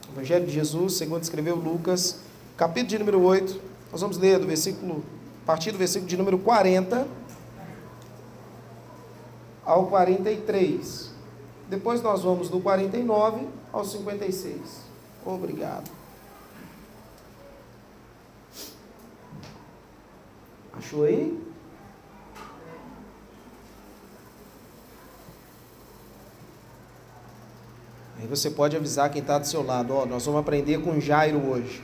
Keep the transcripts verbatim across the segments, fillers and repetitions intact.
Evangelho de Jesus, segundo escreveu Lucas, capítulo de número oito. Nós vamos ler do versículo, a partir do versículo de número quarenta ao quarenta e três. Depois nós vamos do quarenta e nove ao cinquenta e seis. Obrigado. Achou aí? Aí você pode avisar quem está do seu lado. Ó, nós vamos aprender com Jairo hoje.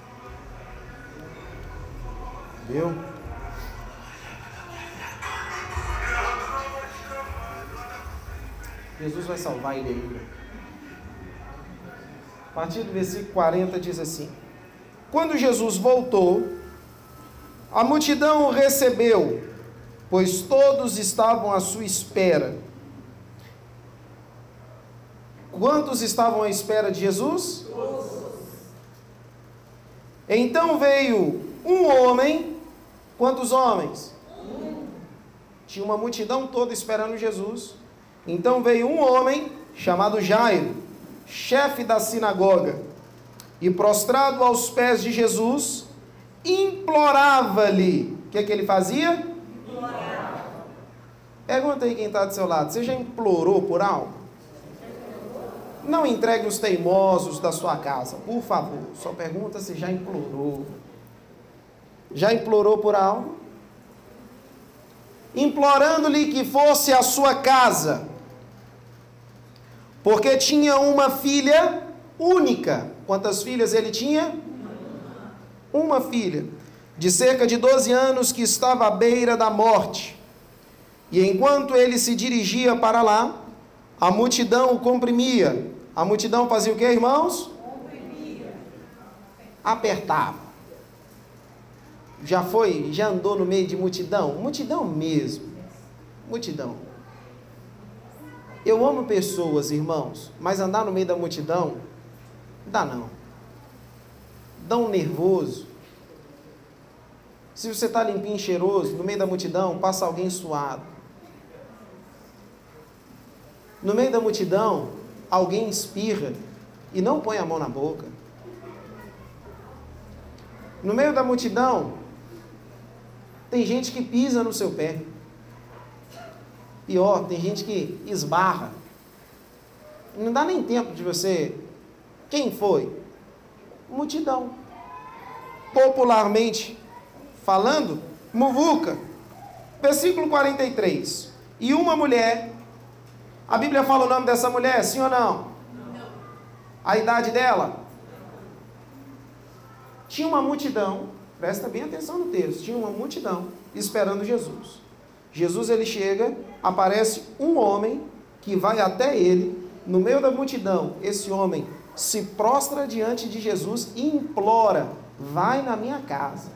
Viu? Jesus vai salvar ele ainda. A partir do versículo quarenta diz assim: Quando Jesus voltou, a multidão o recebeu, pois todos estavam à sua espera. Quantos estavam à espera de Jesus? Todos. Então veio um homem. Quantos homens? Um. Tinha uma multidão toda esperando Jesus. Então veio um homem chamado Jairo, chefe da sinagoga, e prostrado aos pés de Jesus, implorava-lhe. O que é que ele fazia? Implorava. Pergunta aí quem está do seu lado: você já implorou por algo? Não entregue os teimosos da sua casa, por favor. Só pergunta se já implorou. Já implorou por algo? Implorando-lhe que fosse à sua casa, porque tinha uma filha única. Quantas filhas ele tinha? Uma filha, de cerca de doze anos, que estava à beira da morte. E enquanto ele se dirigia para lá, a multidão o comprimia. A multidão fazia o que, irmãos? Comprimia. Apertava. Já foi, já andou no meio de multidão? Multidão mesmo. Multidão. Eu amo pessoas, irmãos, mas andar no meio da multidão, dá não. Dá um nervoso. Se você está limpinho e cheiroso, no meio da multidão, passa alguém suado. No meio da multidão, alguém espirra e não põe a mão na boca. No meio da multidão, tem gente que pisa no seu pé. Pior, tem gente que esbarra. Não dá nem tempo de você... Quem foi? Multidão. Popularmente falando, muvuca. Versículo quarenta e três. E uma mulher... A Bíblia fala o nome dessa mulher, sim ou não? Não. A idade dela? Tinha uma multidão, presta bem atenção no texto, tinha uma multidão esperando Jesus. Jesus, ele chega, aparece um homem que vai até ele, no meio da multidão. Esse homem se prostra diante de Jesus e implora: vai na minha casa.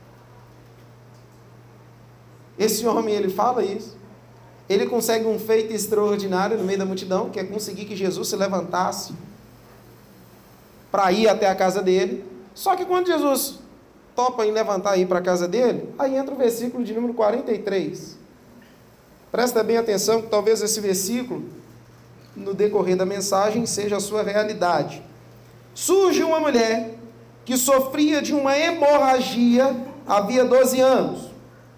Esse homem, ele fala isso. Ele consegue um feito extraordinário no meio da multidão, que é conseguir que Jesus se levantasse para ir até a casa dele. Só que quando Jesus topa em levantar e ir para a casa dele, aí entra o versículo de número quarenta e três. Presta bem atenção, que talvez esse versículo, no decorrer da mensagem, seja a sua realidade. Surge uma mulher que sofria de uma hemorragia havia doze anos.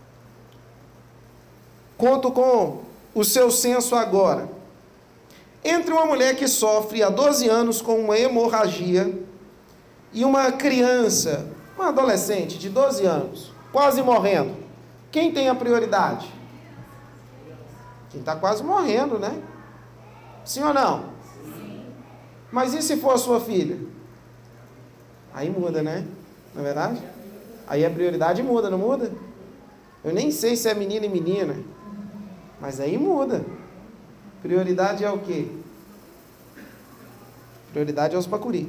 Conto com o seu censo agora. Entre uma mulher que sofre há doze anos com uma hemorragia e uma criança, uma adolescente de doze anos, quase morrendo, quem tem a prioridade? Quem está quase morrendo, né? Sim ou não? Sim. Mas e se for a sua filha? Aí muda, né? Não é verdade? Aí a prioridade muda, não muda? Eu nem sei se é menino e menina, mas aí muda. Prioridade é o quê? Prioridade é os bacuri.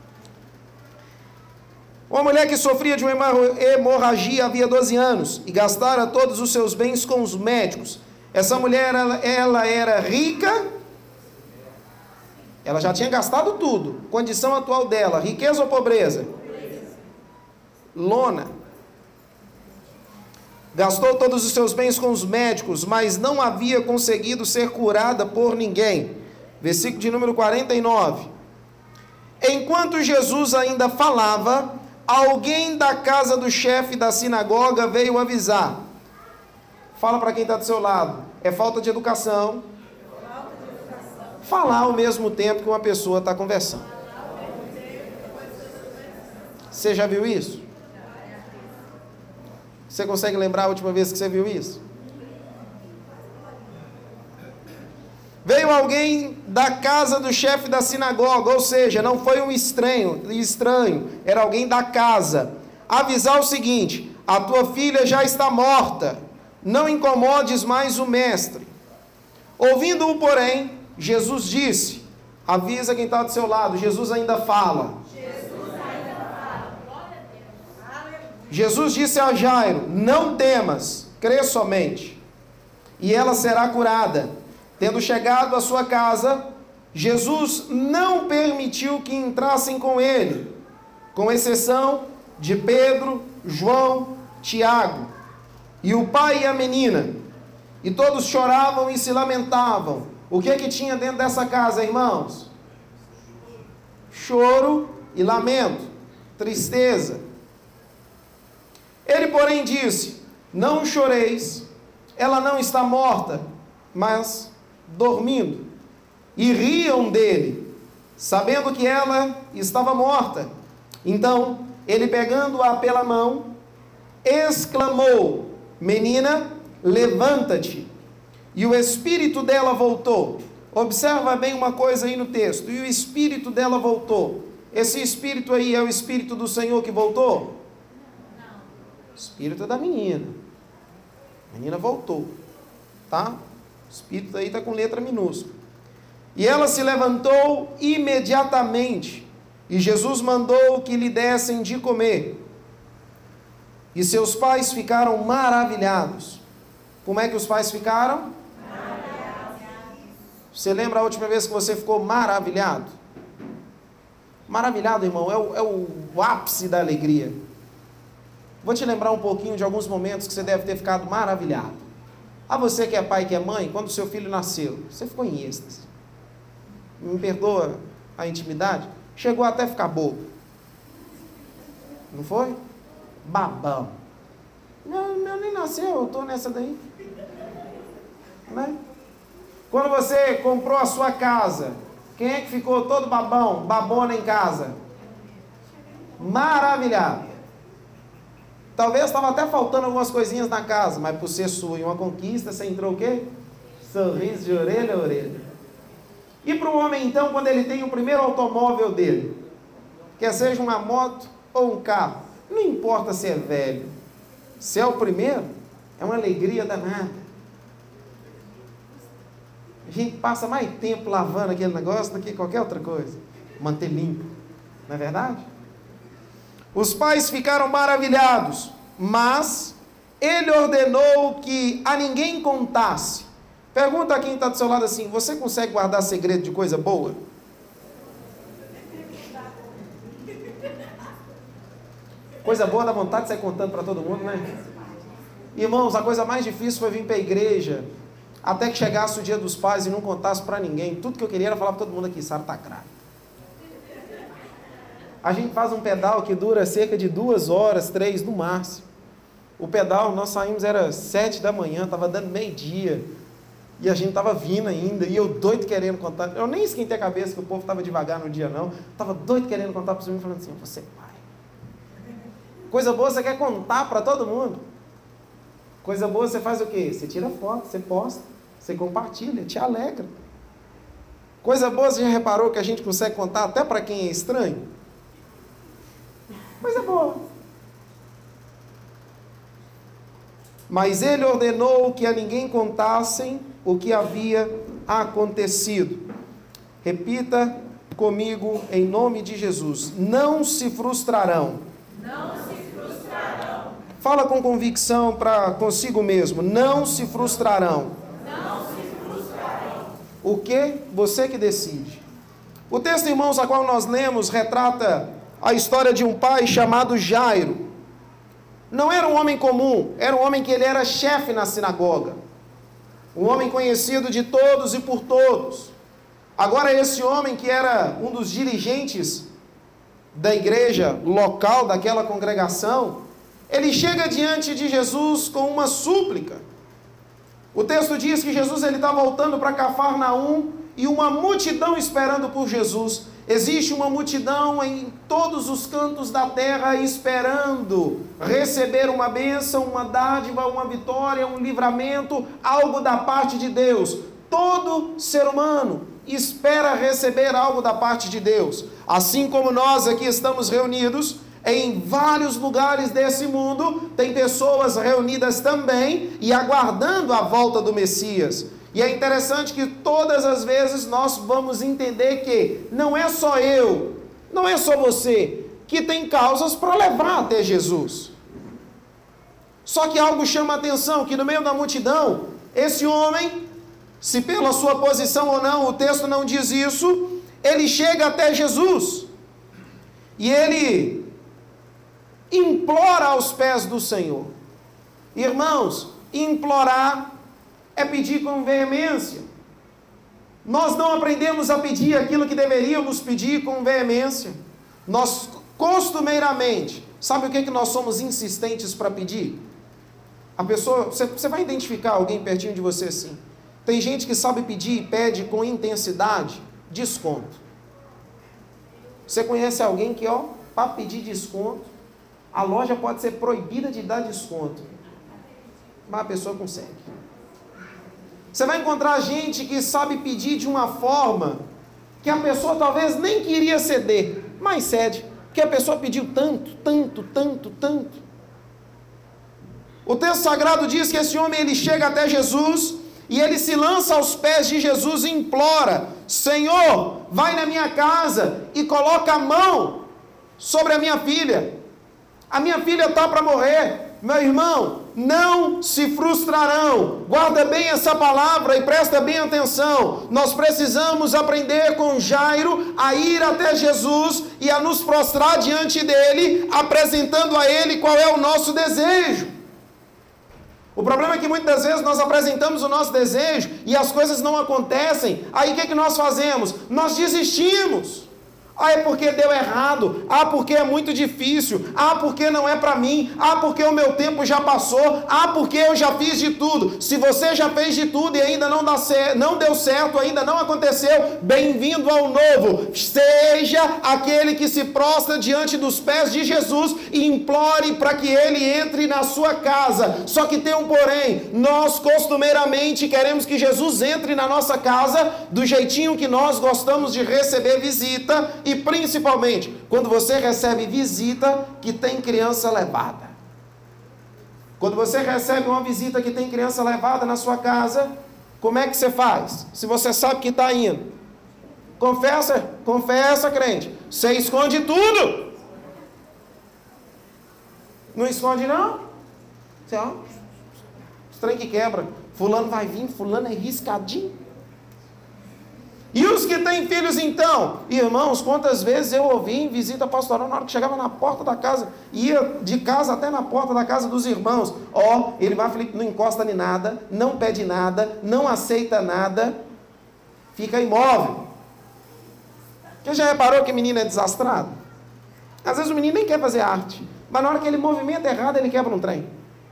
Uma mulher que sofria de uma hemorragia havia doze anos e gastara todos os seus bens com os médicos. Essa mulher, ela, ela era rica, ela já tinha gastado tudo. Condição atual dela, riqueza ou pobreza? Lona. Gastou todos os seus bens com os médicos, mas não havia conseguido ser curada por ninguém. Versículo de número quarenta e nove. Enquanto Jesus ainda falava, alguém da casa do chefe da sinagoga veio avisar. Fala para quem está do seu lado. É falta de educação. Falta de educação. Falar ao mesmo tempo que uma pessoa está conversando. Você já viu isso? Você consegue lembrar a última vez que você viu isso? Veio alguém da casa do chefe da sinagoga, ou seja, não foi um estranho, estranho, era alguém da casa, avisar o seguinte: a tua filha já está morta, não incomodes mais o mestre. Ouvindo-o, porém, Jesus disse, avisa quem está do seu lado, Jesus ainda fala. Jesus ainda fala. Jesus disse a Jairo, não temas, crê somente, e ela será curada. Tendo chegado à sua casa, Jesus não permitiu que entrassem com ele, com exceção de Pedro, João, Tiago, e o pai e a menina. E todos choravam e se lamentavam. O que que tinha dentro dessa casa, irmãos? Choro e lamento, tristeza. Ele, porém, disse, não choreis, ela não está morta, mas dormindo. E riam dele, sabendo que ela estava morta. Então, ele pegando-a pela mão, exclamou, menina, levanta-te. E o espírito dela voltou. Observa bem uma coisa aí no texto. E o espírito dela voltou. Esse espírito aí é o espírito do Senhor que voltou? Não. O espírito é da menina. A menina voltou. Tá? O espírito aí está com letra minúscula. E ela se levantou imediatamente. E Jesus mandou que lhe dessem de comer. E seus pais ficaram maravilhados. Como é que os pais ficaram? Você lembra a última vez que você ficou maravilhado? Maravilhado, irmão, é o, é o ápice da alegria. Vou te lembrar um pouquinho de alguns momentos que você deve ter ficado maravilhado. A você que é pai, que é mãe, quando seu filho nasceu, você ficou em êxtase. Me perdoa a intimidade? Chegou até a ficar bobo. Não foi? Babão. Meu, meu nem nasceu, eu estou nessa daí. Né? Quando você comprou a sua casa, quem é que ficou todo babão, babona em casa? Maravilhado. Talvez estava até faltando algumas coisinhas na casa, mas por ser sua e uma conquista, você entrou o quê? Sorriso de orelha a orelha. E para o homem, então, quando ele tem o primeiro automóvel dele, quer seja uma moto ou um carro, não importa se é velho, se é o primeiro, é uma alegria danada. A gente passa mais tempo lavando aquele negócio do que qualquer outra coisa. Manter limpo. Não é verdade? Os pais ficaram maravilhados, mas ele ordenou que a ninguém contasse. Pergunta a quem está do seu lado assim, você consegue guardar segredo de coisa boa? Coisa boa dá vontade de sair contando para todo mundo, né? Irmãos, a coisa mais difícil foi vir para a igreja, até que chegasse o dia dos pais e não contasse para ninguém. Tudo que eu queria era falar para todo mundo aqui, Sara está grávida. A gente faz um pedal que dura cerca de duas horas, três no máximo. O pedal, nós saímos, era sete da manhã, estava dando meio-dia. E a gente estava vindo ainda, e eu doido querendo contar. Eu nem esquentei a cabeça que o povo estava devagar no dia, não. Estava doido querendo contar para os meninos, falando assim, você é pai. Coisa boa você quer contar para todo mundo. Coisa boa você faz o quê? Você tira foto, você posta, você compartilha, te alegra. Coisa boa você já reparou que a gente consegue contar até para quem é estranho? Coisa boa. Mas ele ordenou que a ninguém contassem o que havia acontecido. Repita comigo em nome de Jesus. Não se frustrarão. Não se frustrarão. Fala com convicção para consigo mesmo. Não se frustrarão. Não se frustrarão. O que? Você que decide. O texto, irmãos, a qual nós lemos, retrata a história de um pai chamado Jairo. Não era um homem comum, era um homem que ele era chefe na sinagoga. Um homem conhecido de todos e por todos. Agora esse homem que era um dos dirigentes da igreja local, daquela congregação, ele chega diante de Jesus com uma súplica. O texto diz que Jesus ele está voltando para Cafarnaum e uma multidão esperando por Jesus. Existe uma multidão em todos os cantos da terra esperando receber uma bênção, uma dádiva, uma vitória, um livramento, algo da parte de Deus. Todo ser humano espera receber algo da parte de Deus. Assim como nós aqui estamos reunidos, em vários lugares desse mundo, tem pessoas reunidas também e aguardando a volta do Messias. E é interessante que todas as vezes nós vamos entender que não é só eu, não é só você, que tem causas para levar até Jesus. Só que algo chama a atenção, que no meio da multidão, esse homem, se pela sua posição ou não, o texto não diz isso, ele chega até Jesus. E ele implora aos pés do Senhor. Irmãos, implorar é pedir com veemência. Nós não aprendemos a pedir aquilo que deveríamos pedir com veemência. Nós, costumeiramente, sabe o que, que nós somos insistentes para pedir? A pessoa, você, você vai identificar alguém pertinho de você assim. Tem gente que sabe pedir e pede com intensidade desconto. Você conhece alguém que, ó, para pedir desconto, a loja pode ser proibida de dar desconto, mas a pessoa consegue. Você vai encontrar gente que sabe pedir de uma forma que a pessoa talvez nem queria ceder, mas cede, porque a pessoa pediu tanto, tanto, tanto, tanto. O texto sagrado diz que esse homem ele chega até Jesus e ele se lança aos pés de Jesus e implora: Senhor, vai na minha casa e coloca a mão sobre a minha filha. A minha filha está para morrer. Meu irmão, não se frustrarão. Guarda bem essa palavra e presta bem atenção. Nós precisamos aprender com Jairo a ir até Jesus e a nos prostrar diante dele, apresentando a ele qual é o nosso desejo. O problema é que muitas vezes nós apresentamos o nosso desejo e as coisas não acontecem. Aí o que, que nós fazemos? Nós desistimos. Ah, é porque deu errado. Ah, porque é muito difícil. Ah, porque não é para mim. Ah, porque o meu tempo já passou. Ah, porque eu já fiz de tudo. Se você já fez de tudo e ainda não, dá certo, não deu certo, ainda não aconteceu, bem-vindo ao novo. Seja aquele que se prostra diante dos pés de Jesus e implore para que ele entre na sua casa. Só que tem um porém. Nós costumeiramente queremos que Jesus entre na nossa casa do jeitinho que nós gostamos de receber visita. E principalmente, quando você recebe visita que tem criança levada. Quando você recebe uma visita que tem criança levada na sua casa, como é que você faz? Se você sabe que está indo. Confessa, confessa, crente. Você esconde tudo. Não esconde não? Você, ó, estranho que quebra. Fulano vai vir, fulano é riscadinho. E os que têm filhos então? Irmãos, quantas vezes eu ouvi em visita pastoral, na hora que chegava na porta da casa, ia de casa até na porta da casa dos irmãos. Ó, oh, ele vai, Felipe, não encosta em nada, não pede nada, não aceita nada, fica imóvel. Você já reparou que menino é desastrado? Às vezes o menino nem quer fazer arte, mas na hora que ele movimenta errado, ele quebra um trem.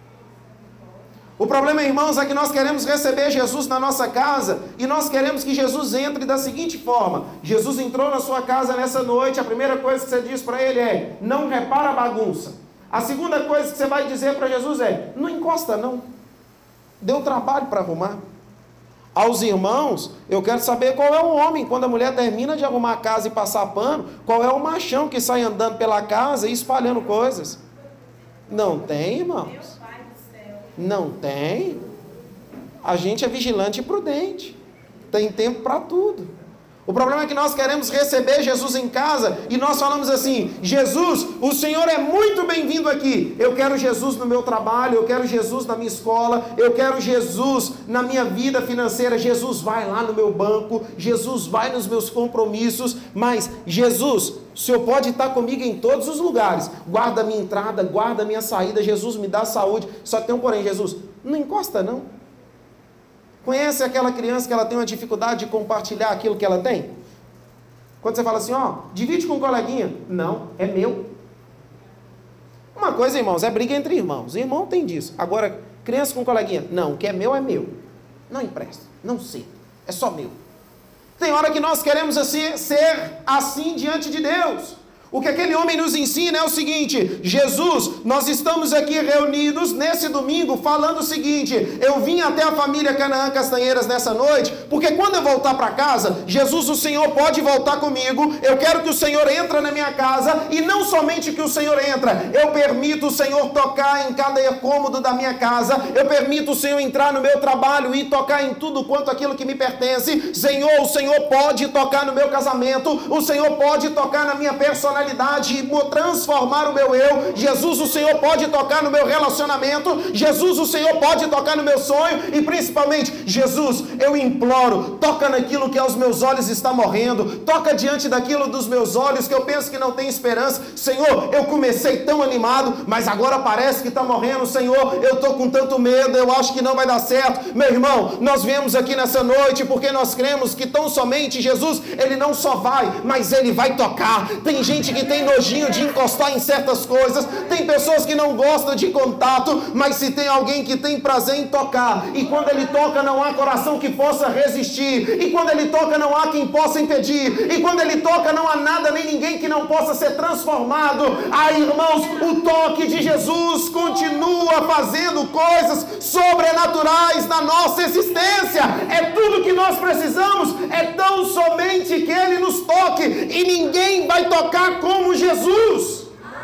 O problema, irmãos, é que nós queremos receber Jesus na nossa casa e nós queremos que Jesus entre da seguinte forma: Jesus entrou na sua casa nessa noite, a primeira coisa que você diz para ele é: não repara a bagunça. A segunda coisa que você vai dizer para Jesus é: não encosta não, deu trabalho para arrumar. Aos irmãos, eu quero saber qual é o homem, quando a mulher termina de arrumar a casa e passar pano, qual é o machão que sai andando pela casa e espalhando coisas. Não tem, irmãos? Não tem. A gente é vigilante e prudente. Tem tempo para tudo. O problema é que nós queremos receber Jesus em casa e nós falamos assim: Jesus, o Senhor é muito bem-vindo aqui. Eu quero Jesus no meu trabalho, eu quero Jesus na minha escola, eu quero Jesus na minha vida financeira. Jesus vai lá no meu banco, Jesus vai nos meus compromissos, mas Jesus, o Senhor pode estar comigo em todos os lugares. Guarda a minha entrada, guarda a minha saída. Jesus, me dá saúde. Só que tem um porém: Jesus, não encosta não. Conhece aquela criança que ela tem uma dificuldade de compartilhar aquilo que ela tem? Quando você fala assim, ó, divide com um coleguinha. Não, é meu. Uma coisa, irmãos, é briga entre irmãos. Irmão tem disso. Agora, criança com coleguinha. Não, o que é meu é meu. Não empresta, não sei. É só meu. Tem hora que nós queremos assim, ser assim diante de Deus. O que aquele homem nos ensina é o seguinte: Jesus, nós estamos aqui reunidos nesse domingo falando o seguinte: eu vim até a família Canaã Castanheiras nessa noite, porque quando eu voltar para casa, Jesus, o Senhor pode voltar comigo, eu quero que o Senhor entre na minha casa, e não somente que o Senhor entra, eu permito o Senhor tocar em cada cômodo da minha casa, eu permito o Senhor entrar no meu trabalho e tocar em tudo quanto aquilo que me pertence. Senhor, o Senhor pode tocar no meu casamento, o Senhor pode tocar na minha personalidade, e transformar o meu eu. Jesus, o Senhor pode tocar no meu relacionamento. Jesus, o Senhor pode tocar no meu sonho. E principalmente, Jesus, eu imploro, toca naquilo que aos meus olhos está morrendo, toca diante daquilo dos meus olhos que eu penso que não tem esperança. Senhor, eu comecei tão animado, mas agora parece que está morrendo. Senhor, eu estou com tanto medo, eu acho que não vai dar certo. Meu irmão, nós viemos aqui nessa noite porque nós cremos que tão somente Jesus, ele não só vai, mas ele vai tocar. Tem gente que tem nojinho de encostar em certas coisas, tem pessoas que não gostam de contato, mas se tem alguém que tem prazer em tocar, e quando ele toca não há coração que possa resistir, e quando ele toca não há quem possa impedir, e quando ele toca não há nada nem ninguém que não possa ser transformado. Ah, irmãos, o toque de Jesus continua fazendo coisas sobrenaturais na nossa existência. É tudo que nós precisamos, é tão somente que ele nos toque, e ninguém vai tocar como Jesus.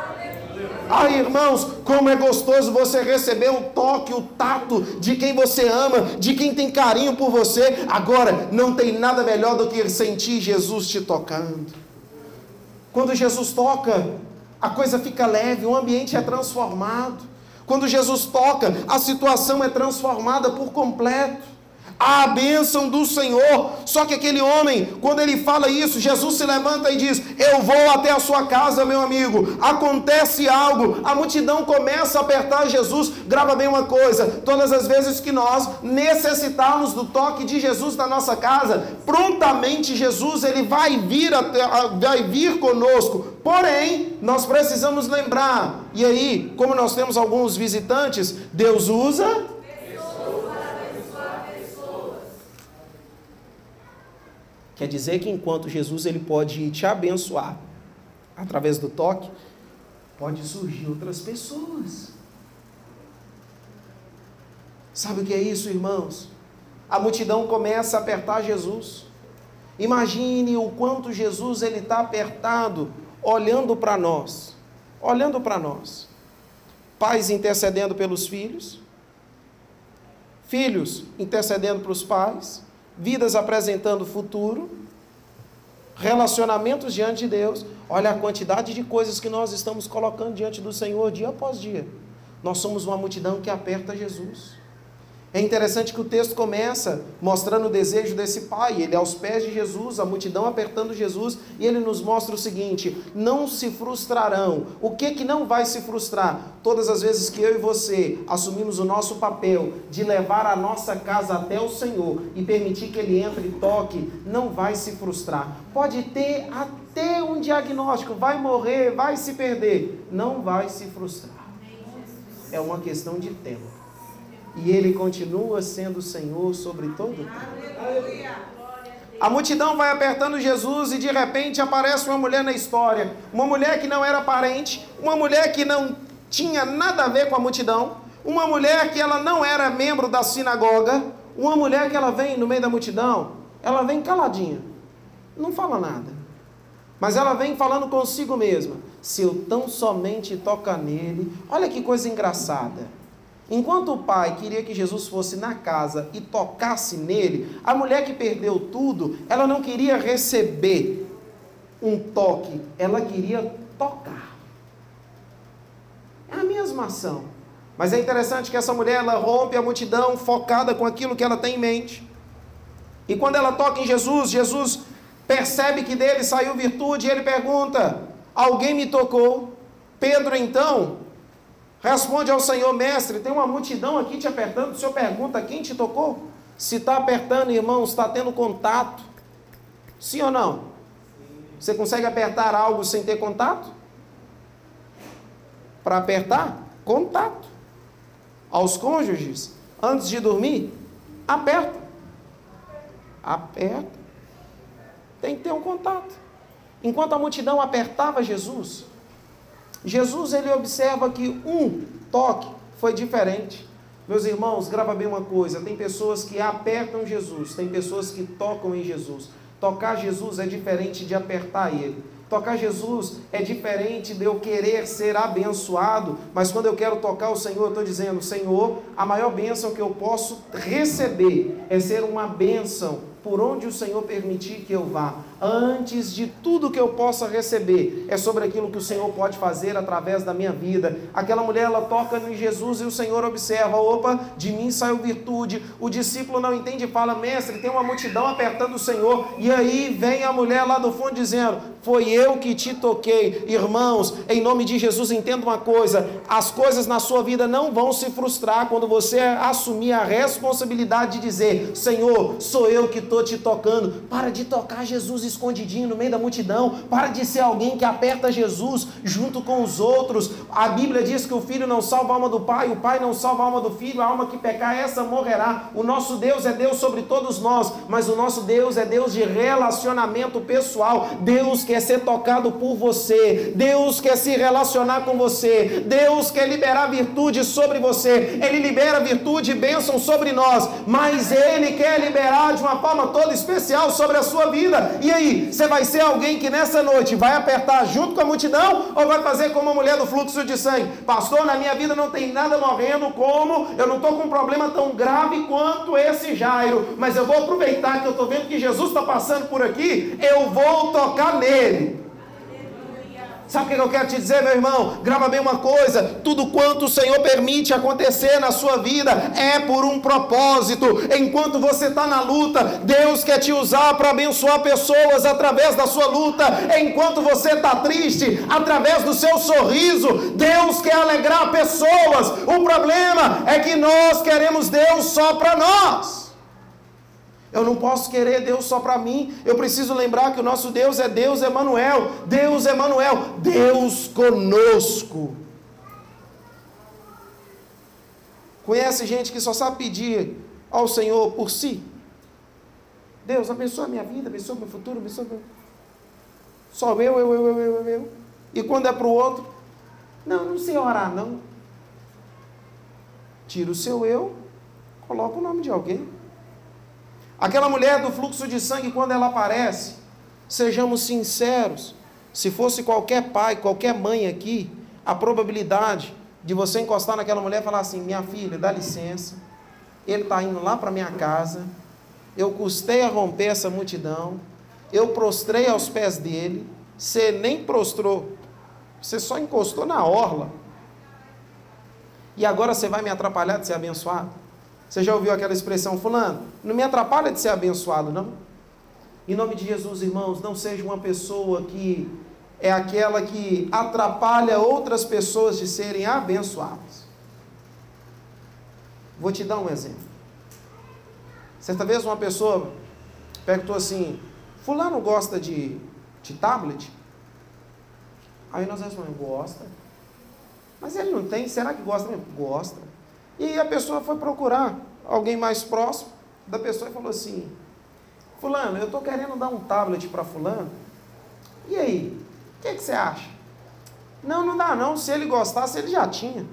Ah, irmãos, como é gostoso você receber o toque, o tato de quem você ama, de quem tem carinho por você. Agora, não tem nada melhor do que sentir Jesus te tocando. Quando Jesus toca, a coisa fica leve, o ambiente é transformado. Quando Jesus toca, a situação é transformada por completo. A bênção do Senhor. Só que aquele homem, quando ele fala isso, Jesus se levanta e diz: eu vou até a sua casa, meu amigo. Acontece algo, a multidão começa a apertar Jesus. Grava bem uma coisa: todas as vezes que nós necessitarmos do toque de Jesus na nossa casa, prontamente Jesus, ele vai vir, até, vai vir conosco. Porém, nós precisamos lembrar, e aí, como nós temos alguns visitantes, Deus usa quer dizer que enquanto Jesus ele pode te abençoar através do toque, pode surgir outras pessoas. Sabe o que é isso, irmãos? A multidão começa a apertar Jesus. Imagine o quanto Jesus ele está apertado, olhando para nós, olhando para nós. Pais intercedendo pelos filhos, filhos intercedendo para os pais, vidas apresentando o futuro, relacionamentos diante de Deus. Olha a quantidade de coisas que nós estamos colocando diante do Senhor dia após dia. Nós somos uma multidão que aperta Jesus. É interessante que o texto começa mostrando o desejo desse pai, ele aos pés de Jesus, a multidão apertando Jesus, e ele nos mostra o seguinte: não se frustrarão. O que que não vai se frustrar? Todas as vezes que eu e você assumimos o nosso papel de levar a nossa casa até o Senhor e permitir que ele entre e toque, não vai se frustrar. Pode ter até um diagnóstico, vai morrer, vai se perder, não vai se frustrar. É uma questão de tempo. E ele continua sendo o Senhor sobre todo o tempo. A multidão vai apertando Jesus e de repente aparece uma mulher na história. Uma mulher que não era parente, uma mulher que não tinha nada a ver com a multidão, uma mulher que ela não era membro da sinagoga, uma mulher que ela vem no meio da multidão, ela vem caladinha, não fala nada. Mas ela vem falando consigo mesma: se eu tão somente tocar nele. Olha que coisa engraçada. Enquanto o pai queria que Jesus fosse na casa e tocasse nele, a mulher que perdeu tudo, ela não queria receber um toque, ela queria tocar. É a mesma ação. Mas é interessante que essa mulher, ela rompe a multidão focada com aquilo que ela tem em mente. E quando ela toca em Jesus, Jesus percebe que dele saiu virtude e ele pergunta: alguém me tocou? Pedro então responde ao Senhor: mestre, tem uma multidão aqui te apertando. O Senhor pergunta: quem te tocou? Se está apertando, irmãos, está tendo contato. Sim ou não? Você consegue apertar algo sem ter contato? Para apertar, contato. Aos cônjuges, antes de dormir, aperta. Aperta. Tem que ter um contato. Enquanto a multidão apertava Jesus, Jesus ele observa que um toque foi diferente. Meus irmãos, grava bem uma coisa, tem pessoas que apertam Jesus, tem pessoas que tocam em Jesus. Tocar Jesus é diferente de apertar Ele. Tocar Jesus é diferente de eu querer ser abençoado, mas quando eu quero tocar o Senhor, eu estou dizendo, Senhor, a maior bênção que eu posso receber é ser uma bênção por onde o Senhor permitir que eu vá. Antes de tudo que eu possa receber, é sobre aquilo que o Senhor pode fazer através da minha vida. Aquela mulher, ela toca em Jesus e o Senhor observa, opa, de mim saiu virtude. O discípulo não entende e fala, mestre, tem uma multidão apertando o Senhor, e aí vem a mulher lá do fundo dizendo, foi eu que te toquei. Irmãos, em nome de Jesus, entenda uma coisa, as coisas na sua vida não vão se frustrar quando você assumir a responsabilidade de dizer, Senhor, sou eu que estou te tocando. Para de tocar Jesus escondidinho no meio da multidão, para de ser alguém que aperta Jesus junto com os outros. A Bíblia diz que o filho não salva a alma do pai, o pai não salva a alma do filho, a alma que pecar, essa morrerá. O nosso Deus é Deus sobre todos nós, mas o nosso Deus é Deus de relacionamento pessoal. Deus quer ser tocado por você, Deus quer se relacionar com você, Deus quer liberar virtude sobre você. Ele libera virtude e bênção sobre nós, mas Ele quer liberar de uma forma toda especial sobre a sua vida. E aí, você vai ser alguém que nessa noite vai apertar junto com a multidão, ou vai fazer como a mulher do fluxo de sangue? Pastor, na minha vida não tem nada morrendo, como eu não estou com um problema tão grave quanto esse Jairo, mas eu vou aproveitar que eu estou vendo que Jesus está passando por aqui, eu vou tocar nele. Sabe o que eu quero te dizer, meu irmão? Grava bem uma coisa, tudo quanto o Senhor permite acontecer na sua vida é por um propósito. Enquanto você está na luta, Deus quer te usar para abençoar pessoas através da sua luta. Enquanto você está triste, através do seu sorriso, Deus quer alegrar pessoas. O problema é que nós queremos Deus só para nós. Eu não posso querer Deus só para mim. Eu preciso lembrar que o nosso Deus é Deus Emanuel. Deus Emanuel, Deus conosco. Conhece gente que só sabe pedir ao Senhor por si? Deus, abençoa a minha vida, abençoa o meu futuro, abençoa meu... Só eu, eu, eu, eu, eu, eu. E quando é para o outro? Não, não sei orar não. Tira o seu eu, coloca o nome de alguém. Aquela mulher do fluxo de sangue, quando ela aparece, sejamos sinceros, se fosse qualquer pai, qualquer mãe aqui, a probabilidade de você encostar naquela mulher e falar assim, minha filha, dá licença, ele está indo lá para minha casa, eu custei a romper essa multidão, eu prostrei aos pés dele, você nem prostrou, você só encostou na orla, e agora você vai me atrapalhar de ser abençoado? Você já ouviu aquela expressão, fulano, não me atrapalha de ser abençoado, não? Em nome de Jesus, irmãos, não seja uma pessoa que é aquela que atrapalha outras pessoas de serem abençoadas. Vou te dar um exemplo. Certa vez uma pessoa perguntou assim, fulano gosta de, de tablet? Aí nós respondemos, gosta. Mas ele não tem, será que gosta mesmo? Gosta. E a pessoa foi procurar alguém mais próximo da pessoa e falou assim, fulano, eu estou querendo dar um tablet para fulano, e aí, o que, que você acha? Não, não dá não, se ele gostasse ele já tinha.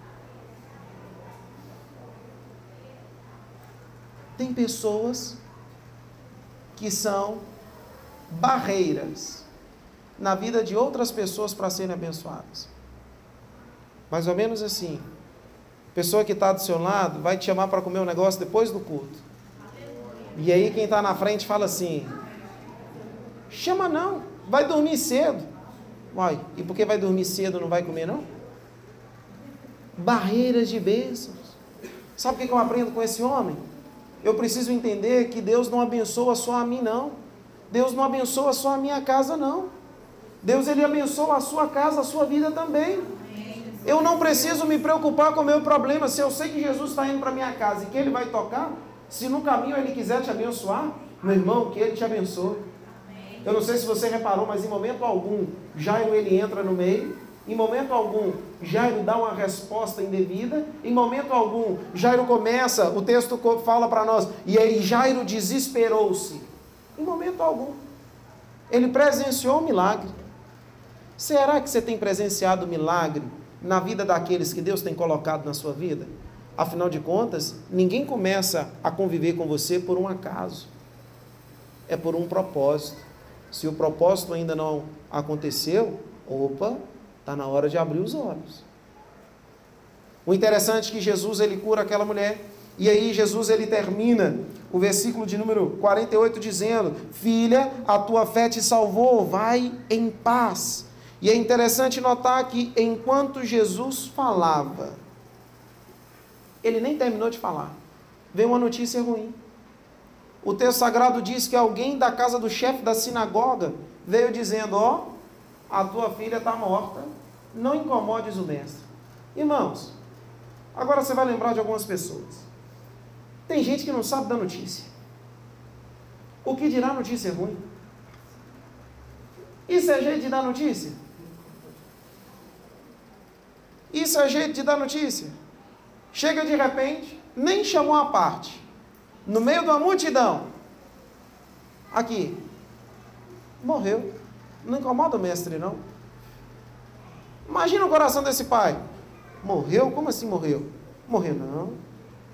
Tem pessoas que são barreiras na vida de outras pessoas para serem abençoadas. Mais ou menos assim, pessoa que está do seu lado vai te chamar para comer um negócio depois do culto. E aí quem está na frente fala assim, chama não, vai dormir cedo. Uai, e por que vai dormir cedo não vai comer não? Barreiras de bênçãos. Sabe o que eu aprendo com esse homem? Eu preciso entender que Deus não abençoa só a mim não. Deus não abençoa só a minha casa não. Deus ele abençoa a sua casa, a sua vida também. Eu não preciso me preocupar com o meu problema. Se eu sei que Jesus está indo para a minha casa e que Ele vai tocar, se no caminho Ele quiser te abençoar, meu irmão, que Ele te abençoe. Eu não sei se você reparou, mas em momento algum, Jairo ele entra no meio. Em momento algum, Jairo dá uma resposta indevida. Em momento algum, Jairo começa, o texto fala para nós, e aí Jairo desesperou-se. Em momento algum. Ele presenciou o milagre. Será que você tem presenciado o milagre na vida daqueles que Deus tem colocado na sua vida? Afinal de contas, ninguém começa a conviver com você por um acaso. É por um propósito. Se o propósito ainda não aconteceu, opa, está na hora de abrir os olhos. O interessante é que Jesus ele cura aquela mulher. E aí Jesus ele termina o versículo de número quarenta e oito dizendo: filha, a tua fé te salvou, vai em paz. E é interessante notar que enquanto Jesus falava, ele nem terminou de falar, veio uma notícia ruim. O texto sagrado diz que alguém da casa do chefe da sinagoga veio dizendo: ó, a tua filha está morta, não incomodes o mestre. Irmãos, agora você vai lembrar de algumas pessoas. Tem gente que não sabe da notícia. O que dirá notícia ruim? Isso é jeito de dar notícia? Isso é jeito de dar notícia? Chega de repente, nem chamou a parte, no meio de uma multidão, aqui, morreu. Não incomoda o mestre, não? Imagina o coração desse pai. Morreu? Como assim morreu? Morreu não.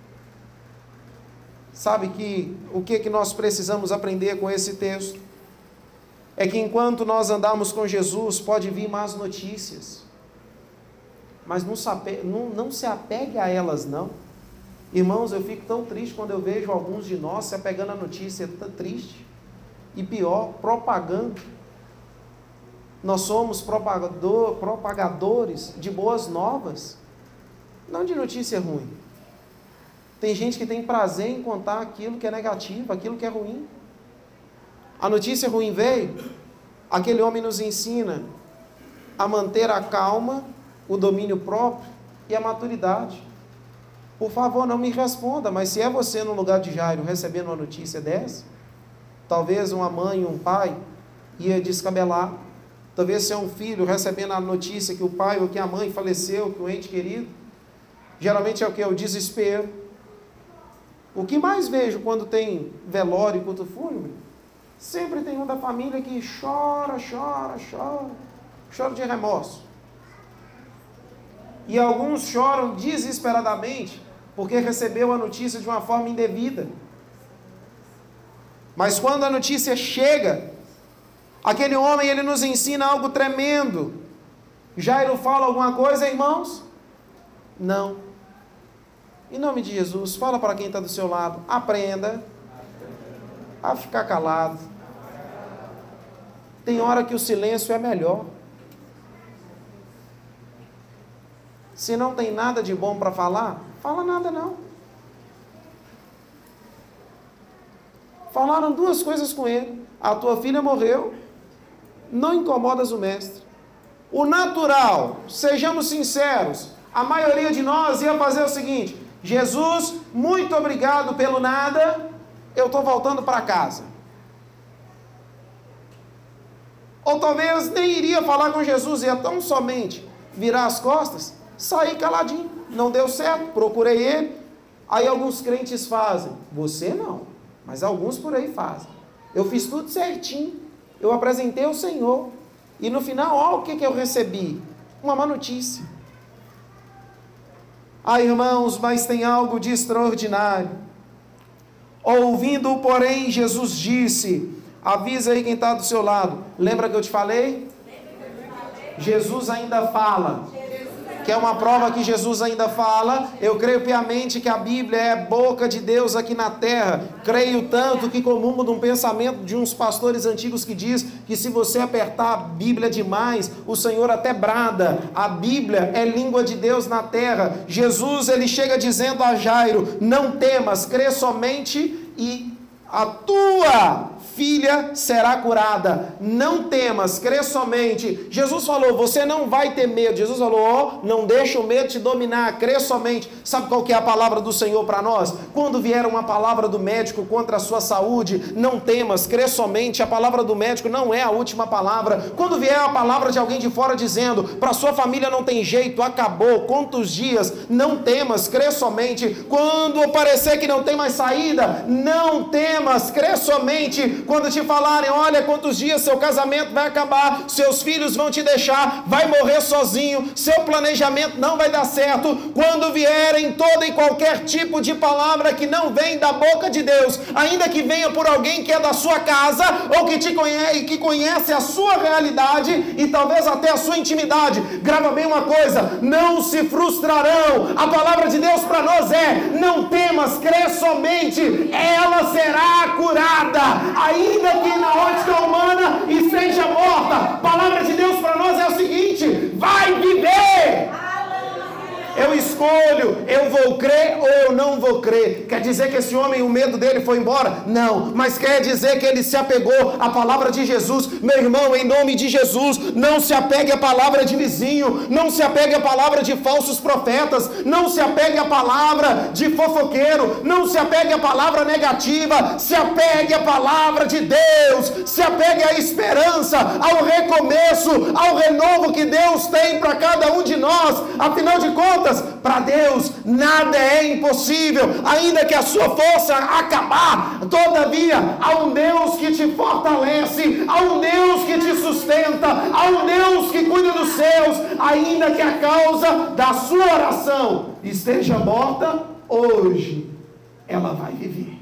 Sabe que o que, que nós precisamos aprender com esse texto? É que enquanto nós andamos com Jesus, pode vir más notícias. Mas não se apegue, não, não se apegue a elas, não. Irmãos, eu fico tão triste quando eu vejo alguns de nós se apegando à notícia tão triste. E pior, propagando. Nós somos propagador, propagadores de boas novas, não de notícia ruim. Tem gente que tem prazer em contar aquilo que é negativo, aquilo que é ruim. A notícia ruim veio, aquele homem nos ensina a manter a calma, o domínio próprio e a maturidade. Por favor, não me responda, mas se é você no lugar de Jairo recebendo uma notícia dessa, talvez uma mãe, um pai ia descabelar. Talvez se é um filho recebendo a notícia que o pai ou que a mãe faleceu, que o ente querido. Geralmente é o que? O desespero. O que mais vejo quando tem velório e culto fúnebre? Sempre tem um da família que chora, chora, chora. Chora de remorso. E alguns choram desesperadamente porque recebeu a notícia de uma forma indevida. Mas quando a notícia chega, aquele homem, ele nos ensina algo tremendo. Jairo fala alguma coisa, irmãos? Não. Em nome de Jesus, fala para quem está do seu lado, aprenda a ficar calado. Tem hora que o silêncio é melhor. Se não tem nada de bom para falar, fala nada não. Falaram duas coisas com ele. A tua filha morreu, não incomodas o mestre. O natural, sejamos sinceros, a maioria de nós ia fazer o seguinte: Jesus, muito obrigado pelo nada, eu estou voltando para casa. Ou talvez nem iria falar com Jesus, ia tão somente virar as costas, sair caladinho. Não deu certo, procurei ele. Aí alguns crentes fazem, você não, mas alguns por aí fazem. Eu fiz tudo certinho, eu apresentei o Senhor, e no final, olha o que, que eu recebi, uma má notícia. Ah, irmãos, mas tem algo de extraordinário. Ouvindo, porém, Jesus disse, avisa aí quem está do seu lado, lembra que eu te falei? Jesus ainda fala, que é uma prova que Jesus ainda fala. Eu creio piamente que a Bíblia é a boca de Deus aqui na terra. Creio tanto que comungo de um pensamento de uns pastores antigos que diz que se você apertar a Bíblia demais, o Senhor até brada. A Bíblia é língua de Deus na terra. Jesus, ele chega dizendo a Jairo, não temas, crê somente e a tua filha será curada. Não temas, crê somente. Jesus falou, você não vai ter medo. Jesus falou, ó, oh, não deixa o medo te dominar, crê somente. Sabe qual que é a palavra do Senhor para nós? Quando vier uma palavra do médico contra a sua saúde, não temas, crê somente. A palavra do médico não é a última palavra. Quando vier a palavra de alguém de fora dizendo, para sua família não tem jeito, acabou, quantos dias, não temas, crê somente. Quando parecer que não tem mais saída, não temas, crê somente. Quando te falarem, olha quantos dias seu casamento vai acabar, seus filhos vão te deixar, vai morrer sozinho, seu planejamento não vai dar certo, quando vierem toda e qualquer tipo de palavra que não vem da boca de Deus, ainda que venha por alguém que é da sua casa, ou que te conhece, que conhece a sua realidade, e talvez até a sua intimidade, grava bem uma coisa, não se frustrarão. A palavra de Deus para nós é, não temas, crê somente, ela será curada, ainda que na ótica humana esteja morta. A palavra de Deus para nós é o seguinte, vai viver. Eu escolho, eu vou crer ou eu não vou crer. Quer dizer que esse homem, o medo dele foi embora? Não, mas quer dizer que ele se apegou à palavra de Jesus. Meu irmão, em nome de Jesus, não se apegue à palavra de vizinho, não se apegue à palavra de falsos profetas, não se apegue à palavra de fofoqueiro, não se apegue à palavra negativa, se apegue à palavra de Deus, se apegue à esperança, ao recomeço, ao renovo que Deus tem para cada um de nós. Afinal de contas, para Deus nada é impossível, ainda que a sua força acabar, todavia há um Deus que te fortalece, há um Deus que te sustenta, há um Deus que cuida dos seus, ainda que a causa da sua oração esteja morta, hoje ela vai viver.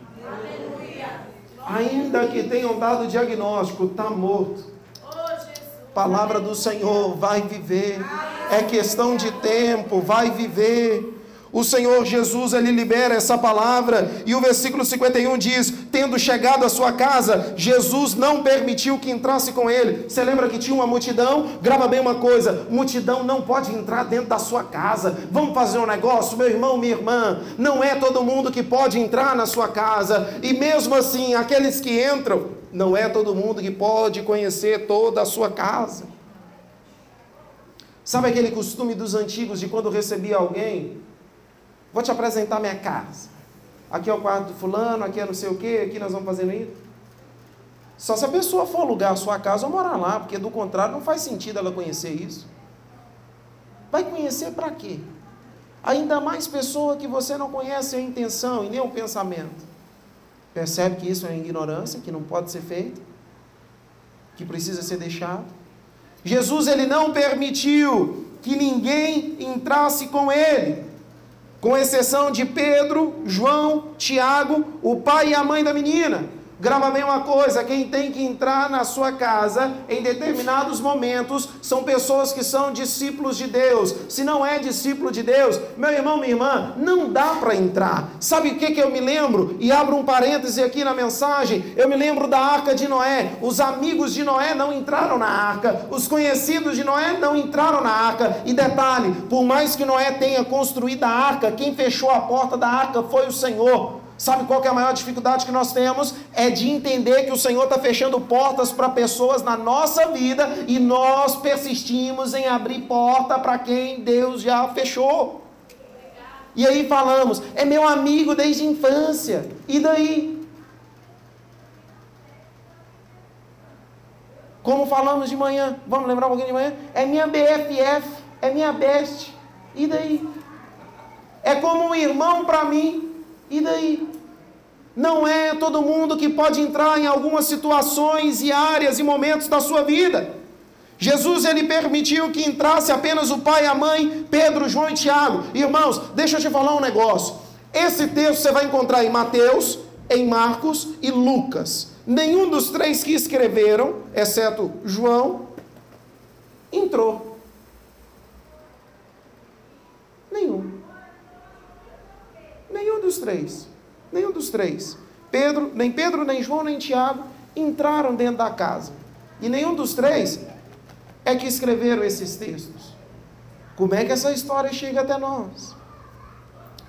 Ainda que tenham dado o diagnóstico, está morto, palavra do Senhor, vai viver. É questão de tempo, vai viver. O Senhor Jesus, Ele libera essa palavra, e o versículo cinquenta e um diz, tendo chegado à sua casa, Jesus não permitiu que entrasse com ele. Você lembra que tinha uma multidão? Grava bem uma coisa, multidão não pode entrar dentro da sua casa. Vamos fazer um negócio, meu irmão, minha irmã, não é todo mundo que pode entrar na sua casa, e mesmo assim, aqueles que entram, não é todo mundo que pode conhecer toda a sua casa. Sabe aquele costume dos antigos de quando recebia alguém? Vou te apresentar minha casa. Aqui é o quarto do fulano, aqui é não sei o que, aqui nós vamos fazendo isso. Só se a pessoa for alugar a sua casa ou morar lá, porque do contrário não faz sentido ela conhecer isso. Vai conhecer para quê? Ainda mais pessoa que você não conhece a intenção e nem o pensamento. Percebe que isso é ignorância, que não pode ser feito, que precisa ser deixado. Jesus, ele não permitiu que ninguém entrasse com ele, com exceção de Pedro, João, Tiago, o pai e a mãe da menina. Grava bem uma coisa, quem tem que entrar na sua casa em determinados momentos são pessoas que são discípulos de Deus. Se não é discípulo de Deus, meu irmão, minha irmã, não dá para entrar. Sabe o que, que eu me lembro? E abro um parêntese aqui na mensagem, eu me lembro da arca de Noé. Os amigos de Noé não entraram na arca, os conhecidos de Noé não entraram na arca. E detalhe, por mais que Noé tenha construído a arca, quem fechou a porta da arca foi o Senhor. Sabe qual que é a maior dificuldade que nós temos? É de entender que o Senhor está fechando portas para pessoas na nossa vida e nós persistimos em abrir porta para quem Deus já fechou. E aí falamos, é meu amigo desde a infância. E daí? Como falamos de manhã, vamos lembrar um pouquinho de manhã? É minha B F F, é minha best. E daí? É como um irmão para mim. E daí? Não é todo mundo que pode entrar em algumas situações e áreas e momentos da sua vida. Jesus, ele permitiu que entrasse apenas o pai e a mãe, Pedro, João e Tiago. Irmãos, deixa eu te falar um negócio. Esse texto você vai encontrar em Mateus, em Marcos e Lucas. Nenhum dos três que escreveram, exceto João, entrou. Nenhum. Nenhum dos três, nenhum dos três, Pedro, nem Pedro, nem João, nem Tiago, entraram dentro da casa. E nenhum dos três é que escreveram esses textos. Como é que essa história chega até nós?